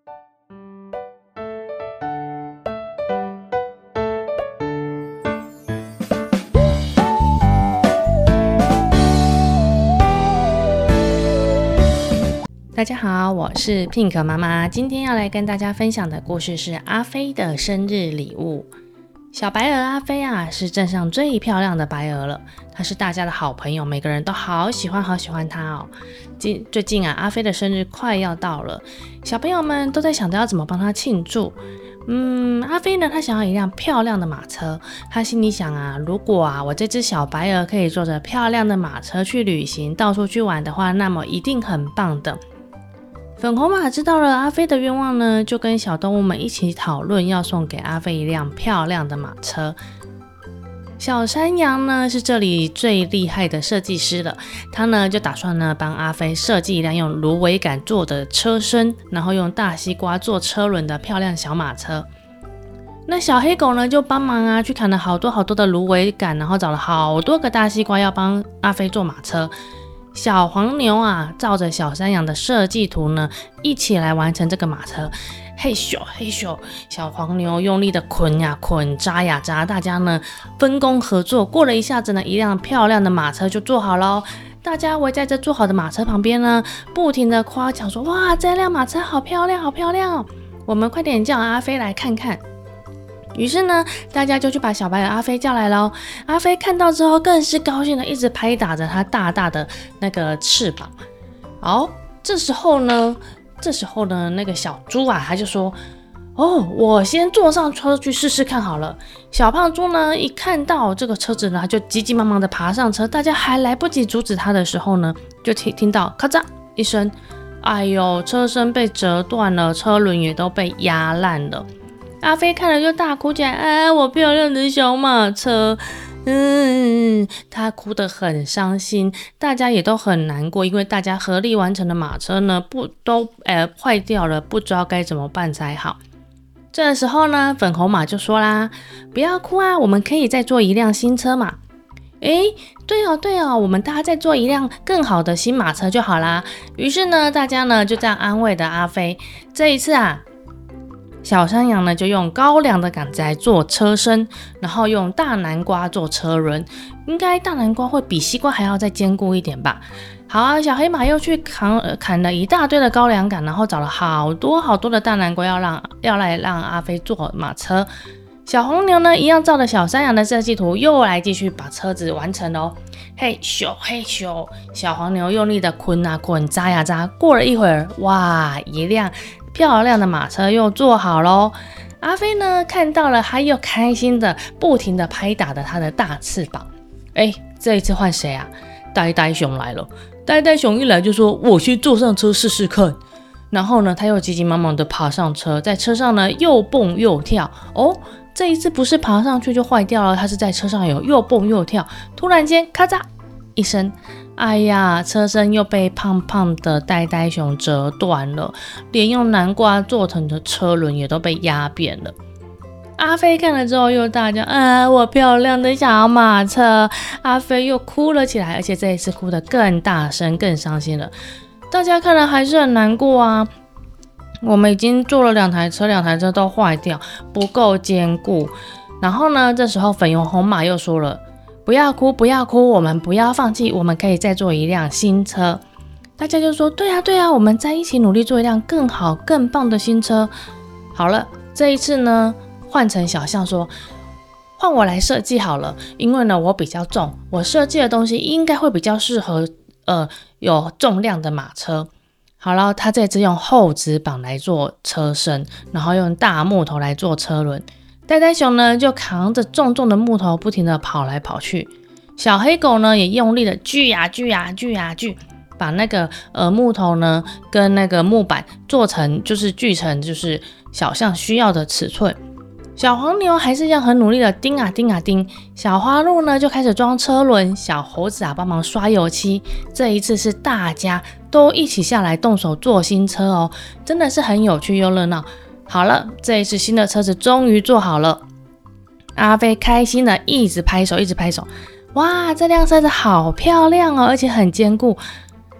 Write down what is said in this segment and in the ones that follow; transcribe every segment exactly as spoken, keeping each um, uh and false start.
大家好，我是 Pink 妈妈，今天要来跟大家分享的故事是阿飞的生日礼物。小白鹅阿飞啊，是镇上最漂亮的白鹅了，它是大家的好朋友，每个人都好喜欢好喜欢它哦。最近啊，阿飞的生日快要到了，小朋友们都在想着要怎么帮他庆祝。嗯，阿飞呢，他想要一辆漂亮的马车，他心里想啊，如果啊我这只小白鹅可以坐着漂亮的马车去旅行，到处去玩的话，那么一定很棒的。粉红马知道了阿飞的愿望呢，就跟小动物们一起讨论要送给阿飞一辆漂亮的马车。小山羊呢是这里最厉害的设计师了，他呢就打算呢帮阿飞设计一辆用芦苇杆做的车身，然后用大西瓜做车轮的漂亮小马车。那小黑狗呢就帮忙啊，去砍了好多好多的芦苇杆，然后找了好多个大西瓜要帮阿飞做马车。小黄牛啊，照着小山羊的设计图呢，一起来完成这个马车。嘿咻嘿咻，小黄牛用力的捆呀捆，扎呀扎，大家呢分工合作，过了一下子呢，一辆漂亮的马车就做好了。大家围在这做好的马车旁边呢，不停的夸奖说：哇，这辆马车好漂亮，好漂亮哦！我们快点叫阿飞来看看。于是呢，大家就去把小白鹅阿飞叫来了。阿飞看到之后更是高兴的，一直拍打着他大大的那个翅膀。好，这时候呢，这时候呢，那个小猪啊，他就说：哦，我先坐上车去试试看好了。小胖猪呢，一看到这个车子呢，他就急急忙忙的爬上车。大家还来不及阻止他的时候呢，就听听到咔嚓一声，哎呦，车身被折断了，车轮也都被压烂了。阿飞看了就大哭起来，哎，我漂亮的小马车，嗯，他哭得很伤心，大家也都很难过，因为大家合力完成的马车呢，不都呃坏掉了，不知道该怎么办才好。这时候呢，粉红马就说啦，不要哭啊，我们可以再做一辆新车嘛。诶，对哦对哦，我们大家再做一辆更好的新马车就好啦。于是呢，大家呢就这样安慰的阿飞。这一次啊，小山羊呢就用高粱的杆子来做车身，然后用大南瓜做车轮，应该大南瓜会比西瓜还要再坚固一点吧。好啊，小黑马又去砍、呃、砍了一大堆的高粱杆，然后找了好多好多的大南瓜要让要来让阿飞做马车。小黄牛呢一样照着小山羊的设计图，又来继续把车子完成咯。嘿咻嘿咻，小黄牛用力的捆啊捆，扎呀扎。过了一会儿，哇，一辆漂亮的马车又做好咯。阿飞呢看到了，他又开心的不停的拍打着他的大翅膀。哎，这一次换谁啊？呆呆熊来了。呆呆熊一来就说：我先坐上车试试看。然后呢，他又急急忙忙的爬上车，在车上呢又蹦又跳。哦，这一次不是爬上去就坏掉了，他是在车上有又蹦又跳。突然间，咔嚓一声，哎呀，车身又被胖胖的呆呆熊折断了，连用南瓜做成的车轮也都被压扁了。阿飞看了之后又大叫：啊，我漂亮的小马车！阿飞又哭了起来，而且这一次哭得更大声更伤心了。大家看了还是很难过啊，我们已经做了两台车，两台车都坏掉，不够坚固。然后呢，这时候粉红马又说了：不要哭不要哭，我们不要放弃，我们可以再做一辆新车。大家就说：对啊对啊，我们再一起努力做一辆更好更棒的新车。好了，这一次呢换成小象说：换我来设计好了，因为呢我比较重，我设计的东西应该会比较适合呃有重量的马车。好了，他这次用厚纸板来做车身，然后用大木头来做车轮。呆呆熊呢就扛着重重的木头不停的跑来跑去，小黑狗呢也用力的锯呀锯呀锯呀锯，把那个呃木头呢跟那个木板做成就是锯成就是小象需要的尺寸。小黄牛还是一样很努力的钉啊钉啊钉，小花鹿呢就开始装车轮，小猴子啊帮忙刷油漆。这一次是大家都一起下来动手做新车哦，真的是很有趣又热闹。好了，这一次新的车子终于做好了，阿飞开心的一直拍手一直拍手，哇，这辆车子好漂亮哦，而且很坚固。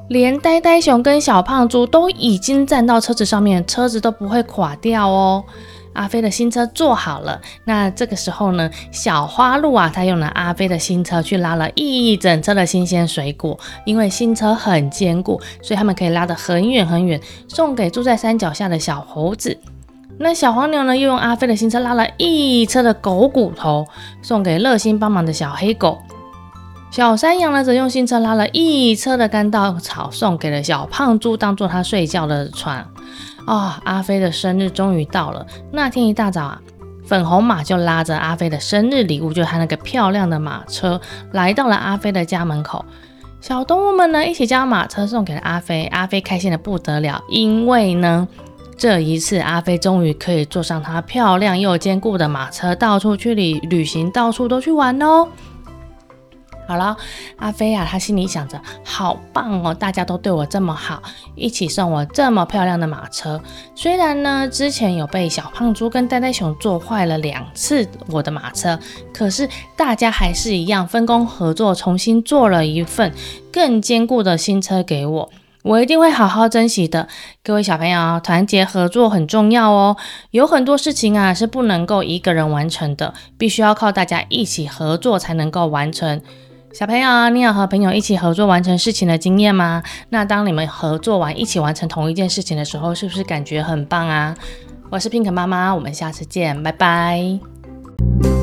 连呆呆熊跟小胖猪都已经站到车子上面，车子都不会垮掉哦。阿飞的新车做好了，那这个时候呢，小花鹿啊，他用了阿飞的新车去拉了一整车的新鲜水果，因为新车很坚固，所以他们可以拉得很远很远，送给住在山脚下的小猴子。那小黄牛呢，又用阿飞的新车拉了一车的狗骨头，送给热心帮忙的小黑狗。小山羊呢，则用新车拉了一车的干稻草，送给了小胖猪，当做他睡觉的床。哦，阿飞的生日终于到了。那天一大早啊，粉红马就拉着阿飞的生日礼物，就是他那个漂亮的马车，来到了阿飞的家门口。小动物们呢，一起将马车送给了阿飞。阿飞开心的不得了，因为呢，这一次阿飞终于可以坐上他漂亮又坚固的马车，到处去旅旅行，到处都去玩哦。好了，阿飞啊，他心里想着，好棒哦，大家都对我这么好，一起送我这么漂亮的马车。虽然呢，之前有被小胖猪跟呆呆熊做坏了两次我的马车，可是大家还是一样分工合作，重新做了一份更坚固的新车给我。我一定会好好珍惜的。各位小朋友，团结合作很重要哦。有很多事情啊，是不能够一个人完成的，必须要靠大家一起合作才能够完成。小朋友，你有和朋友一起合作完成事情的经验吗？那当你们合作完一起完成同一件事情的时候，是不是感觉很棒啊？我是 Pink 妈妈，我们下次见，拜拜。